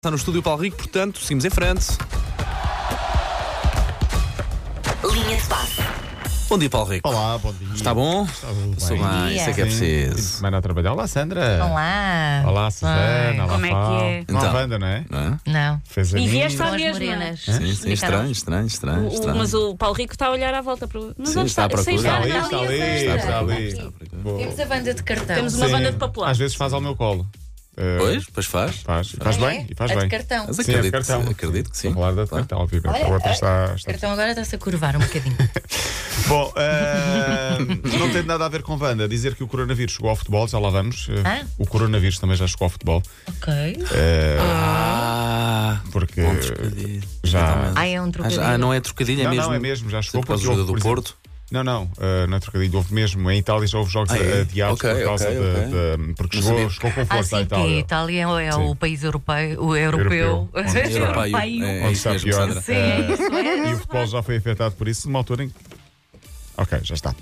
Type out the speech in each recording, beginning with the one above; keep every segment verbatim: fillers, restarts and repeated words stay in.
Está no estúdio Paulo Rico, portanto, seguimos em frente. Linha de passe. Bom dia, Paulo Rico. Olá, bom dia. Está bom? Está tudo Sou bem. bem, isso é que é Sim, fim de preciso. semana a trabalhar. Olá, Sandra. Olá. Olá, Susana. Olá, Como é que Paulo. é? Não há Então. Wanda, não é? Não é? Não. Fez a E mim. vieste à São as mesma. morenas. Sim, sim, estranho, estranho, estranho. O- o- estranho. mas o Paulo Rico está a olhar à volta para o. Não Sim, vamos está à estar- sem procura. estar Está ali, está ali, Está está à ali. procura. Boa. Temos a banda de cartão. Temos uma Sim. banda de papelão. Às vezes faz ao meu colo. Uh, Pois, pois faz. Faz, faz Ah, bem. é? E faz A bem. de cartão. Mas Sim, acredito, é de cartão. acredito que sim. Estou a falar da de Claro. cartão, obviamente. Olha, a outra olha. está. O está... cartão agora está-se a curvar um bocadinho. Bom, uh, não tem nada a ver com Wanda. Dizer que o coronavírus chegou ao futebol, já lá vamos. Uh, Ah? O coronavírus também já chegou ao futebol. Ok. Uh, Ah, porque bom trocadilho. já. Exatamente. Ah, é um Ah, trocadilho. já- ah, não é trocadilho, é Não, mesmo. não, é mesmo, já chegou Por causa porque do houve, jogador por do exemplo- Porto. Não, não, uh, não é trocadilho. Houve mesmo. Em Itália já houve jogos Ah, é? adiados Ok, por causa ok, de, ok. de- Porque Não chegou, sabia. chegou com Ah, força à sim, que a Itália. Itália é Sim. o país europeu. O europeu. Europeu. Onde- Europeio. É, é Onde isso está mesmo, pior. Sandra. Sim, é isso, é E o isso. futebol já foi afetado por isso numa altura em que. Ok, já está.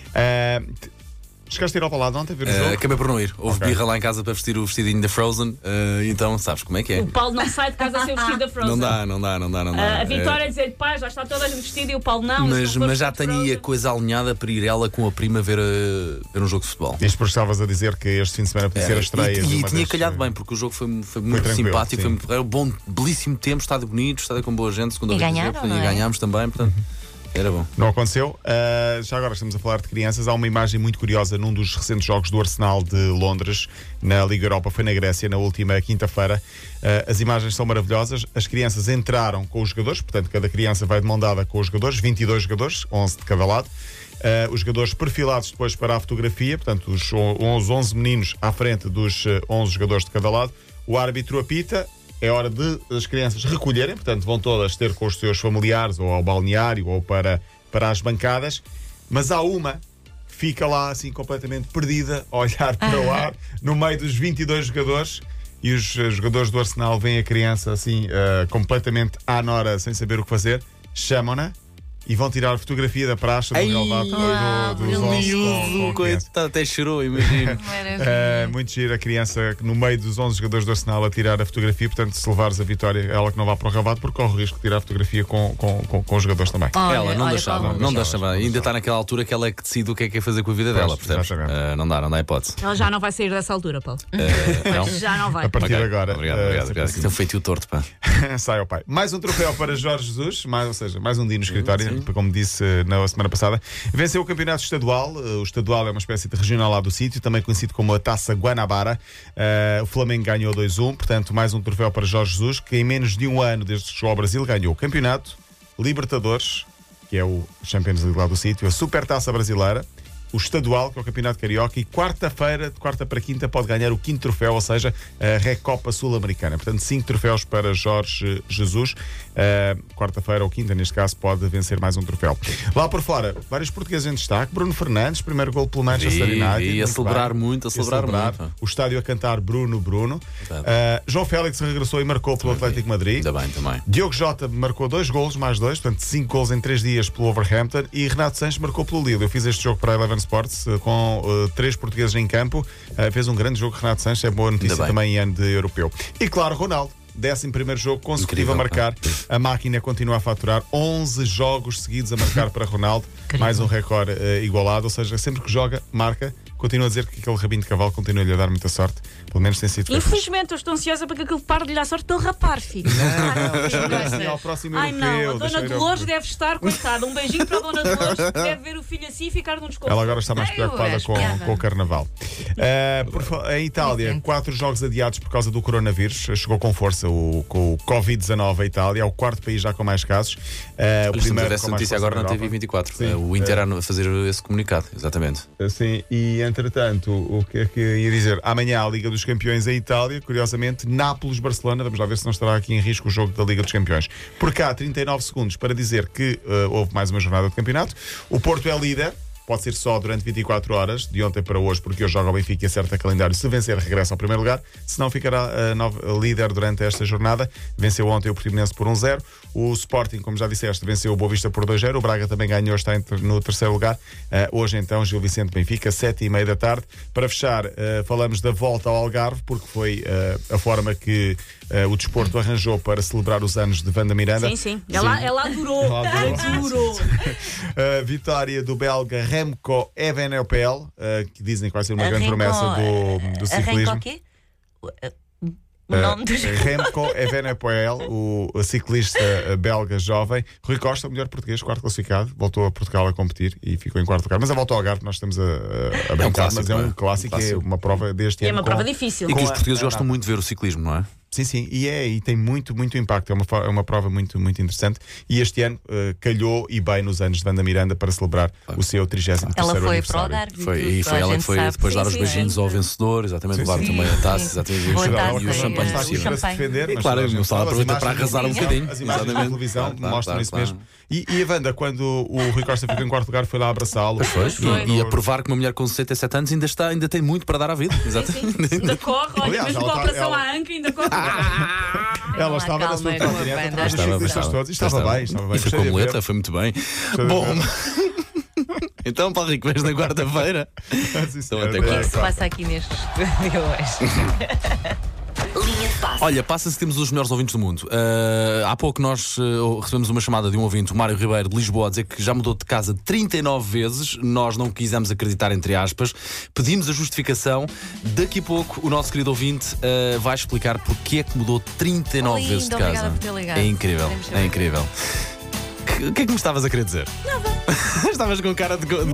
Uh, t- Chegaste a ir ao balado ontem a ver o Eh, jogo? acabei por não ir. Houve Ok. birra lá em casa para vestir o vestidinho da Frozen, eh, então sabes como é que é. O Paulo não sai de casa sem o vestido da Frozen. Não dá, não dá, não dá, não dá. Ah, a Vitória Eh, a dizer-lhe, pá, já está toda a gente vestida e o Paulo não. mas, se não for mas já vestido tenho de aí a Frozen. coisa alinhada para ir ela com a prima ver, a- ver um jogo de futebol. Isto porque estavas a dizer que este fim de semana podia ser a estreia. e de e uma tinha das- calhado bem, porque o jogo foi, foi muito tranquilo, simpático, sim. foi muito, era um bom, belíssimo tempo, estádio bonito, estádio com boa gente, segunda E vez que ganharam, jogo, não e é? ganhámos também, portanto, era bom. Não aconteceu. Uh, já agora estamos a falar de crianças. Há uma imagem muito curiosa num dos recentes jogos do Arsenal de Londres, na Liga Europa, foi na Grécia, na última quinta-feira. Uh, as imagens são maravilhosas. As crianças entraram com os jogadores, portanto, cada criança vai de mão dada com os jogadores, vinte e dois jogadores, onze de cada lado. Uh, os jogadores perfilados depois para a fotografia, portanto, os onze meninos à frente dos uh, onze jogadores de cada lado. O árbitro apita. É hora de as crianças recolherem, portanto vão todas ter com os seus familiares ou ao balneário ou para, para as bancadas, mas há uma que fica lá assim completamente perdida a olhar para o ar no meio dos vinte e dois jogadores, e os eh, jogadores do Arsenal veem a criança assim eh, completamente à nora, sem saber o que fazer, chamam-na e vão tirar fotografia da praça do Ai, relevado uau, do, dos onze com, com a criança. Coitado, até chorou, imagino. Maravilha. Uh, muito giro a criança no meio dos onze jogadores do Arsenal a tirar a fotografia. Portanto, se levares a vitória, ela que não vá para o rabado, porque corre o risco de tirar a fotografia com, com, com, com os jogadores também. Olha, Ela não olha, deixava, Paulo. não deixava, deixava. não Ainda deixava. está naquela altura que ela é que decide o que é que é fazer com a vida Pois, dela, percebes? exatamente. Eh, não dá, não dá hipótese. Ela já não vai sair dessa altura, Paulo. Eh, não? Já não vai. A partir de Ok, agora. Obrigado, uh, obrigado. sempre obrigado. assim. Tem um feitio torto, pá. Sai ao pai. Mais um troféu para Jorge Jesus, mais, ou seja, mais um dia no escritório, como disse uh, na semana passada. Venceu o campeonato estadual. Uh, o estadual é uma espécie de regional lá do sítio, também conhecido como a Taça Guanabara. Uh, o Flamengo ganhou dois a um, portanto, mais um troféu para Jorge Jesus, que em menos de um ano, desde que chegou ao Brasil, ganhou o campeonato, Libertadores, que é o Champions League lá do sítio, a Supertaça Brasileira, o estadual, que é o Campeonato Carioca, e quarta-feira, de quarta para quinta, pode ganhar o quinto troféu, ou seja, a Recopa Sul-Americana. Portanto, cinco troféus para Jorge Jesus. Uh, quarta-feira ou quinta, neste caso, pode vencer mais um troféu. Lá por fora, vários portugueses em destaque. Bruno Fernandes, primeiro gol pelo Manchester Vi, United. vi, a muito celebrar bem. muito, a E celebrar muito. O estádio a cantar Bruno, Bruno. Verdade. Uh, João Félix regressou e marcou pelo Atlético de Madrid. Ainda bem, também. Diogo Jota marcou dois golos, mais dois, portanto cinco golos em três dias pelo Wolverhampton, e Renato Sanches marcou pelo Lille. Eu fiz este jogo para a Eleven Sports uh, com uh, três portugueses em campo. Uh, fez um grande jogo Renato Sanches, é boa notícia Ainda bem. também em ano de europeu. E claro, Ronaldo. Décimo primeiro jogo consecutivo Incrível, a marcar. A máquina continua a faturar onze jogos seguidos a marcar para Ronaldo. Incrível. Mais um recorde uh, igualado. Ou seja, sempre que joga, marca. Continua a dizer que aquele rabinho de cavalo continua-lhe a dar muita sorte. Pelo menos tem sido feito. Infelizmente, eu estou ansiosa para que aquilo pare de lhe dar sorte pelo rapar, filho. Assim, ao próximo Ai não, europeu, a deixa Dona eu ir ao- Dolores deve estar, coitada. Um beijinho para a Dona Dolores, que deve ver o filho assim e ficar num desconto. Ela agora está mais Ai, eu preocupada acho com, piada. com o carnaval. Uh, por fa- em Itália, Diferente. quatro jogos adiados por causa do coronavírus. Chegou com força o, com o covid dezanove a Itália. É o quarto país já com mais casos. Uh, o Olha, estamos a primeiro ver essa com mais notícia força agora na Europa. T V vinte e quatro. Sim. Eh, O Inter a fazer esse comunicado, exatamente. Sim, e entretanto, o que é que ia dizer? Amanhã a Liga dos Campeões em Itália, curiosamente, Nápoles-Barcelona. Vamos lá ver se não estará aqui em risco o jogo da Liga dos Campeões. Por cá, trinta e nove segundos para dizer que uh, houve mais uma jornada de campeonato. O Porto é líder. Pode ser só durante vinte e quatro horas, de ontem para hoje, porque hoje joga o Benfica e acerta calendário. Se vencer, regressa ao primeiro lugar. Se não, ficará uh, nove, líder durante esta jornada. Venceu ontem o Portimonense por um zero. O Sporting, como já disseste, venceu o Boa Vista por dois zero. O Braga também ganhou, está em, no terceiro lugar. Uh, hoje, então, Gil Vicente Benfica, sete e meia da tarde. Para fechar, uh, falamos da volta ao Algarve, porque foi uh, a forma que uh, o desporto arranjou para celebrar os anos de Wanda Miranda. Sim, sim. Ela, ela adorou. Ela adorou. adorou. A vitória do belga Remco Evenepoel, uh, que dizem que vai ser uma grande Arrancou- promessa do, do ciclismo. Arranca o quê? O, o nome dos. Uh, Remco Evenepoel, o, o ciclista uh, belga jovem. Rui Costa, o melhor português, quarto classificado, voltou a Portugal a competir e ficou em quarto lugar. Mas a volta ao Algarve, nós estamos a, a, a brincar, clássico, mas é não um é? clássico, Um é clássico. uma prova deste E é ano. uma com- prova difícil. E que os Com a- portugueses a- gostam muito de ver o ciclismo, não é? Sim, sim, e é, e tem muito, muito impacto. É uma, fo- é uma prova muito, muito interessante. E este ano uh, calhou e bem nos anos de Wanda Miranda para celebrar o seu trigésimo Ela terceiro foi para o aniversário. Algarve. Foi, tudo, e toda foi a ela que gente foi sabe. depois Sim, dar os sim, beijinhos sim. ao vencedor, exatamente, Sim, levar sim. também a taça, Sim. exatamente, Boa e o taça champanhe, e o e, champanhe eh, por Está aqui cima. para se champanhe. defender, E mas claro, toda a gente não estava a sabe, as aproveitar para imagens arrasar um da televisão- bocadinho. As imagens da Exatamente. televisão Claro, claro, mostram claro, isso claro. mesmo. E, e a Wanda, quando o Rui Costa ficou em quarto lugar, foi lá abraçá-lo. Foi, Foi. e, e a provar que uma mulher com sessenta e sete anos ainda, está, ainda tem muito para dar à vida. Sim, Exatamente. ainda corre, olha, Aliás, mesmo ela com a tá- operação ela- à anca, ainda corre. Ela Não há estava na calma sua com a trotinete banda. atrás dos Estava, ciclistas estava. todos. E estava bem, estava bem. E foi Gostei com de ver. muleta, foi muito bem. de Bom, ver. então, Paulo Rico, vês na quarta-feira. Sim, Então, senhor. até O que é quarta. que se passa aqui neste estúdio hoje? Linha de passe. Olha, passa-se que temos os melhores ouvintes do mundo. Uh, há pouco nós uh, recebemos uma chamada de um ouvinte, o Mário Ribeiro, de Lisboa, a dizer que já mudou de casa trinta e nove vezes. Nós não quisemos acreditar, entre aspas. Pedimos a justificação. Daqui a pouco, o nosso querido ouvinte uh, vai explicar porque é que mudou trinta e nove Lindo, vezes de obrigada casa. por ter ligado. É incrível, Queremos é saber. incrível. Que- O que é que me estavas a querer dizer? Nada. Estavas com cara de.